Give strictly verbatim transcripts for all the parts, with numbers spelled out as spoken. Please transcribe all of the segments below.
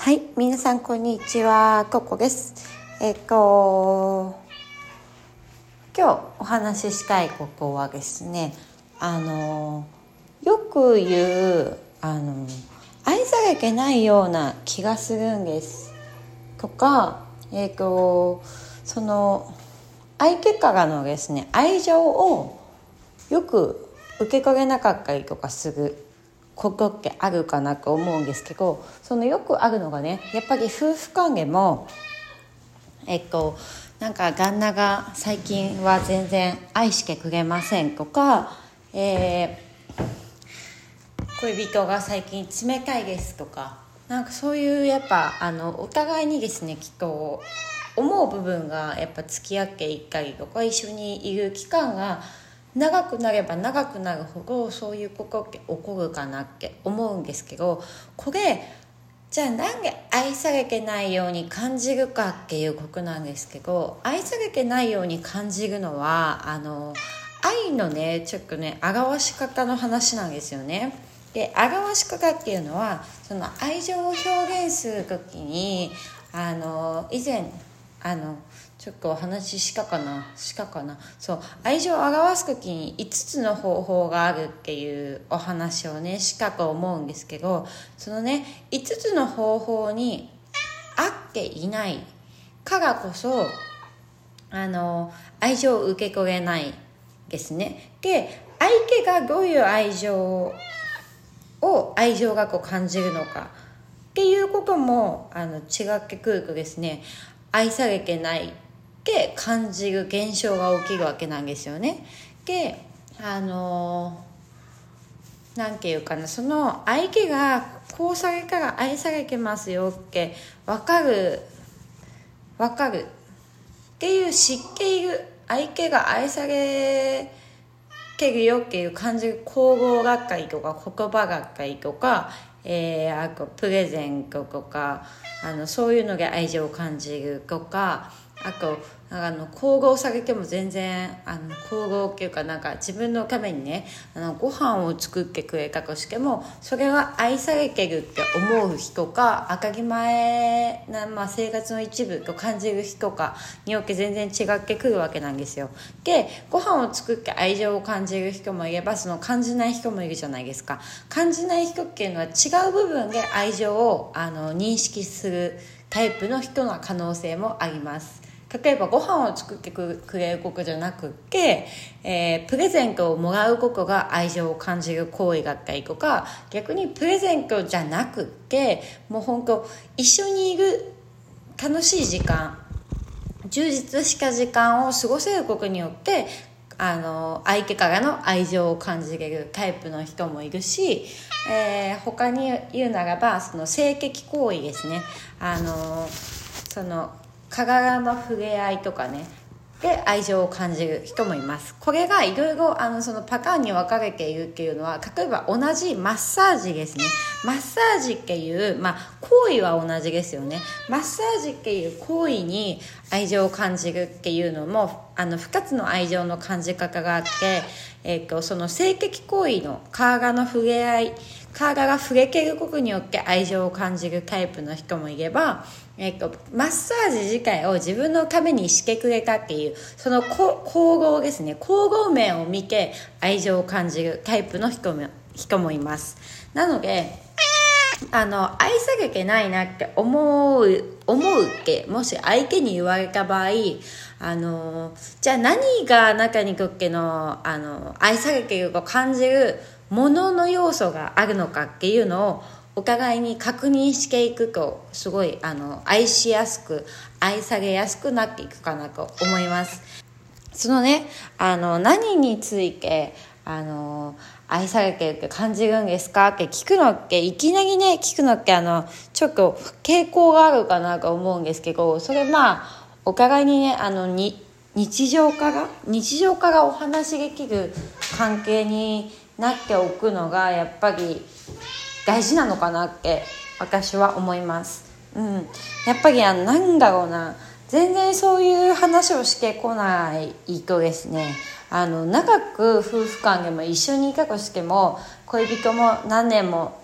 はい、皆さんこんにちは、ココです。えっと今日お話ししたいことはですね、あのよく言うあの愛されてないような気がするんですとか、えっとその相手からのですね愛情をよく受け取れなかったりとかすることってあるかなと思うんですけど、そのよくあるのがね、やっぱり夫婦関係もえっとなんか旦那が最近は全然愛してくれませんとか、えー、恋人が最近冷たいですとか、なんかそういうやっぱあのお互いにですねきっと思う部分がやっぱ付き合っていったりとか、一緒にいる期間が長くなれば長くなるほどそういうことって起こるかなって思うんですけど、これじゃあなんで愛されてないように感じるかっていうことなんですけど、愛されてないように感じるのはあの愛のねちょっとね表し方の話なんですよね。で表し方っていうのはその愛情を表現するときにあの以前あのちょっとお話ししたかなしたかなそう愛情を表すときにいつつの方法があるっていうお話をねしたと思うんですけど、そのねいつつの方法に合っていないからこそあの愛情を受け取れないですね。で相手がどういう愛情を愛情がこう感じるのかっていうこともあの違ってくるとですね、愛されてないって感じる現象が起きるわけなんですよね。であのなんていうかな、その相手がこうされたら愛されてますよって分かる分かるっていう知っている、相手が愛されてるよっていう感じる行動だったりとか言葉だったりとか、えー、あとプレゼントとかあのそういうので愛情を感じるとか、あとあの行動されても全然あの行動っていうかなんか自分のためにねあのご飯を作ってくれたとしてもそれは愛されてるって思う人か当たり前な、まあ、生活の一部と感じる人かによって全然違ってくるわけなんですよ。でご飯を作って愛情を感じる人もいればその感じない人もいるじゃないですか。感じない人っていうのは違う部分で愛情をあの認識するタイプの人の可能性もあります。例えばご飯を作ってくれることじゃなくて、えー、プレゼントをもらうことが愛情を感じる行為だったりとか、逆にプレゼントじゃなくてもう本当一緒にいる楽しい時間、充実した時間を過ごせることによってあの相手からの愛情を感じれるタイプの人もいるし、えー、他に言うならばその性的行為ですね。あのその体の触れ合いとかねで愛情を感じる人もいます。これがいろいろあのそのパターンに分かれているっていうのは、例えば同じマッサージですね。マッサージっていう、まあ、行為は同じですよね。マッサージっていう行為に愛情を感じるっていうのもあのふたつの愛情の感じ方があって、えー、とその性的行為の体の触れ合い、体が触れていることによって愛情を感じるタイプの人もいれば、えっと、マッサージ自体を自分のためにしてくれたっていうその行動ですね、行動面を見て愛情を感じるタイプの人も、人もいます。なのであの愛されてないなって思う思うってもし相手に言われた場合、あのじゃあ何があなたにとっての、あの愛されていると感じるものの要素があるのかっていうのをお互いに確認していくとすごいあの愛しやすく愛されやすくなっていくかなと思います。そのねあの何についてあの愛されてるって感じるんですかって聞くのっていきなりね聞くのってあのちょっと傾向があるかなと思うんですけど、それまあお互いにねあのに日常から日常からお話できる関係になっておくのがやっぱり大事なのかなって私は思います。うん、やっぱりあのなんだろうな、全然そういう話をしてこないとですね、あの長く夫婦間でも一緒にいたとしても恋人も何年も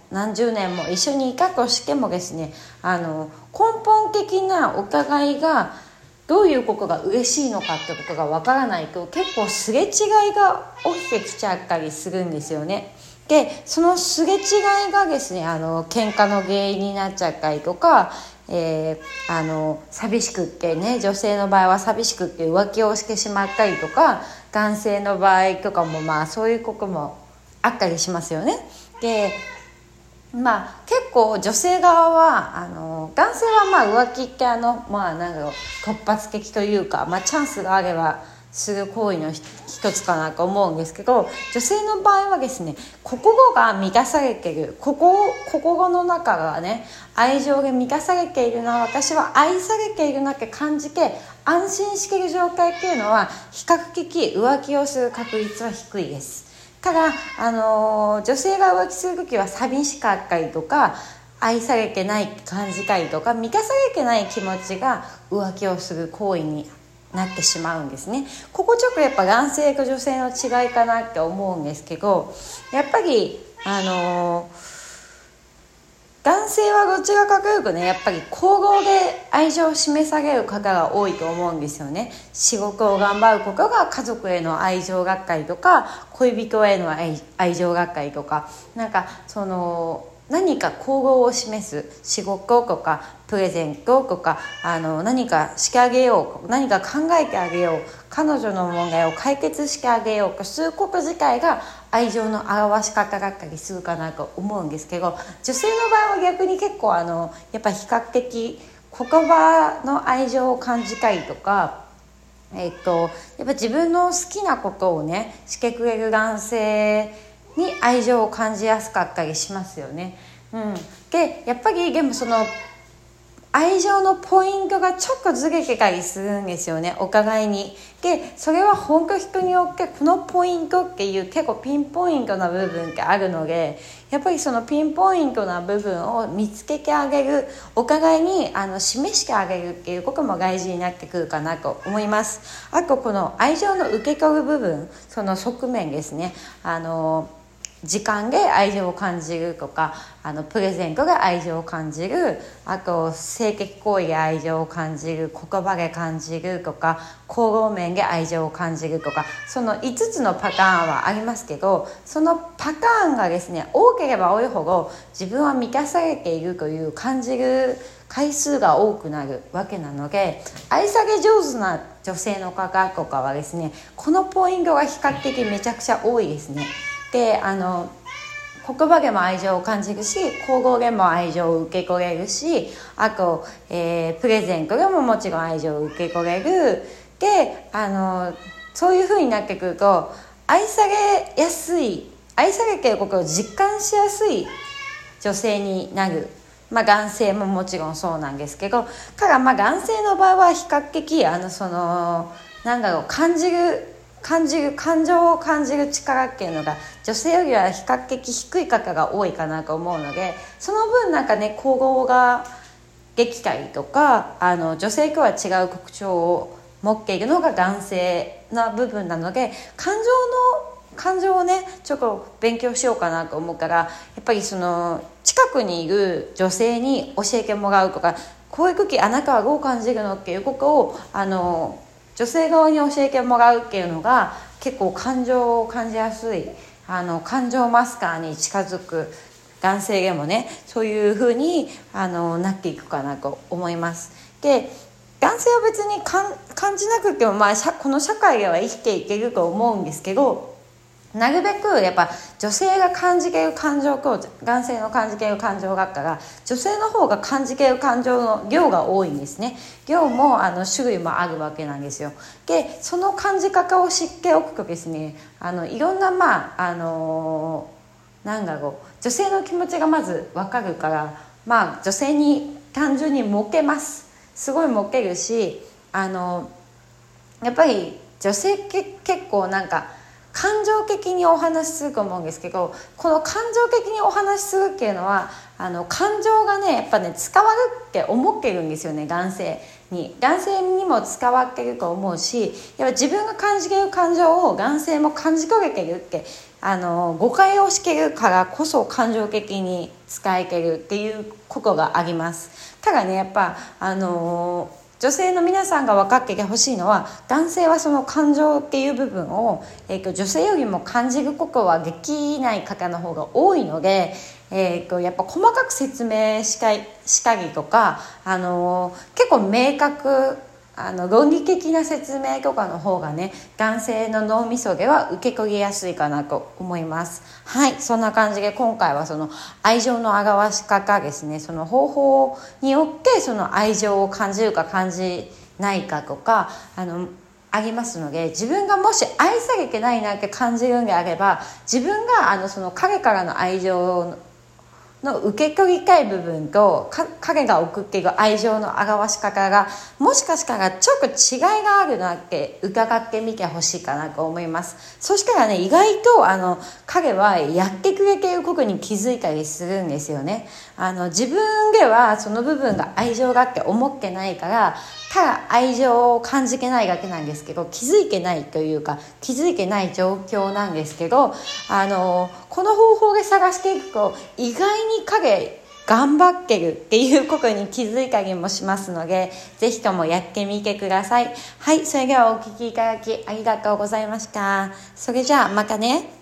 何十年も一緒にいたとしてもですね、あの根本的なお互いがどういうことが嬉しいのかってことがわからないと、結構すれ違いが起きてきちゃったりするんですよね。でそのすれ違いがですね、あの喧嘩の原因になっちゃったりとか、えー、あの寂しくってね、女性の場合は寂しくって浮気をしてしまったりとか、男性の場合とかもまあそういうこともあったりしますよね。でまあ結構女性側はあの男性はまあ浮気ってあのまあなんだろう突発的というか、まあ、チャンスがあればする行為の一つかなと思うんですけど、女性の場合はですね、心が満たされている、心, 心の中がね愛情で満たされているのは、私は愛されているなって感じて安心している状態っていうのは比較的浮気をする確率は低いです。ただ、あのー、女性が浮気するときは寂しかったりとか、愛されてない感じたりとか、満たされてない気持ちが浮気をする行為になってしまうんですね。ここちょっとやっぱ男性と女性の違いかなって思うんですけど、やっぱりあのー、男性はどちらかというとね、やっぱり行動で愛情を示される方が多いと思うんですよね。仕事を頑張ることが家族への愛情だったりとか、恋人への 愛, 愛情だったりとか、なんかその何か行動を示す、仕事とかプレゼントとか、あの何かしてあげよう、何か考えてあげよう、彼女の問題を解決してあげようとすること自体が愛情の表し方だったりするかなと思うんですけど、女性の場合は逆に結構あのやっぱり比較的言葉の愛情を感じたりとか、えっとやっぱ自分の好きなことをねしてくれる男性に愛情を感じやすかったりしますよね。うん、でやっぱりでもその愛情のポイントがちょっとずれてたりするんですよね、お互いに。でそれは本当人によってこのポイントっていう結構ピンポイントな部分ってあるので、やっぱりそのピンポイントな部分を見つけてあげる、お互いにあの示してあげるっていうことも大事になってくるかなと思います。あとこの愛情の受け取る部分、その側面ですね、あの時間で愛情を感じるとか、あのプレゼントで愛情を感じる、あと性的行為で愛情を感じる、言葉で感じるとか、行動面で愛情を感じるとか、そのいつつのパターンはありますけど、そのパターンがですね多ければ多いほど自分は満たされているという感じる回数が多くなるわけなので、愛され上手な女性の方とかはですね、このポイントが比較的めちゃくちゃ多いですね。であの言葉でも愛情を感じるし、行動でも愛情を受け取れるし、あと、えー、プレゼントでももちろん愛情を受け取れる。であのそういう風になってくると、愛されやすい、愛されていることを実感しやすい女性になる。まあ男性ももちろんそうなんですけど、からまあ男性の場合は比較的あのそのなんだろう感じる感じる感情を感じる力っていうのが女性よりは比較的低い方が多いかなと思うので、その分なんかね行動ができたりとか、あの女性とは違う特徴を持っているのが男性な部分なので、感情の感情をねちょっと勉強しようかなと思うから、やっぱりその近くにいる女性に教えてもらうとか、こういう時あなたはどう感じるのっていうことをあの女性側に教えてもらうっていうのが結構感情を感じやすい、あの感情マスターに近づく男性でもね、そういう風にあのなっていくかなと思います。で男性は別に感じなくても、まあ、この社会では生きていけると思うんですけど、なるべくやっぱ女性が感じている感情と男性の感じている感情があったら、女性の方が感じている感情の量が多いんですね。量もあの種類もあるわけなんですよ。でその感じ方を知っておくとですね、あのいろんなまああのー、なんだろう女性の気持ちがまず分かるから、まあ女性に単純にモテます。すごいモテるし、あのやっぱり女性け結構なんか感情的にお話しすると思うんですけど、この感情的にお話しするっていうのはあの感情がねやっぱね伝わるって思ってるんですよね。男性に男性にも伝わってると思うし、やっぱ自分が感じてる感情を男性も感じ取れてるってあの誤解をしてるからこそ感情的に使い切るっていうことがあります。ただねやっぱあのー女性の皆さんが分かっていてほしいのは、男性はその感情っていう部分を、えー、と女性よりも感じることはできない方の方が多いので、えー、とやっぱ細かく説明したりしたりとか、あのー、結構明確あの論理的な説明とかの方がね、男性の脳みそでは受け取りやすいかなと思います。はい、そんな感じで今回はその愛情の表し方ですね、その方法によってその愛情を感じるか感じないかとかあのありますので、自分がもし愛されてないなって感じるんであれば、自分があのその彼からの愛情の受け取りたい部分と彼が送っている愛情の表し方がもしかしたらちょっと違いがあるなって伺ってみてほしいかなと思います。そしたらね、意外とあの彼はやってくれていることに気づいたりするんですよね。あの自分ではその部分が愛情がって思ってないから、ただ愛情を感じてないだけなんですけど、気づいてないというか気づいてない状況なんですけど、あのこの方法で探していくと意外に彼頑張ってるっていうことに気づいたりもしますので、ぜひともやってみてください。はい、それではお聞きいただきありがとうございました。それじゃあまたね。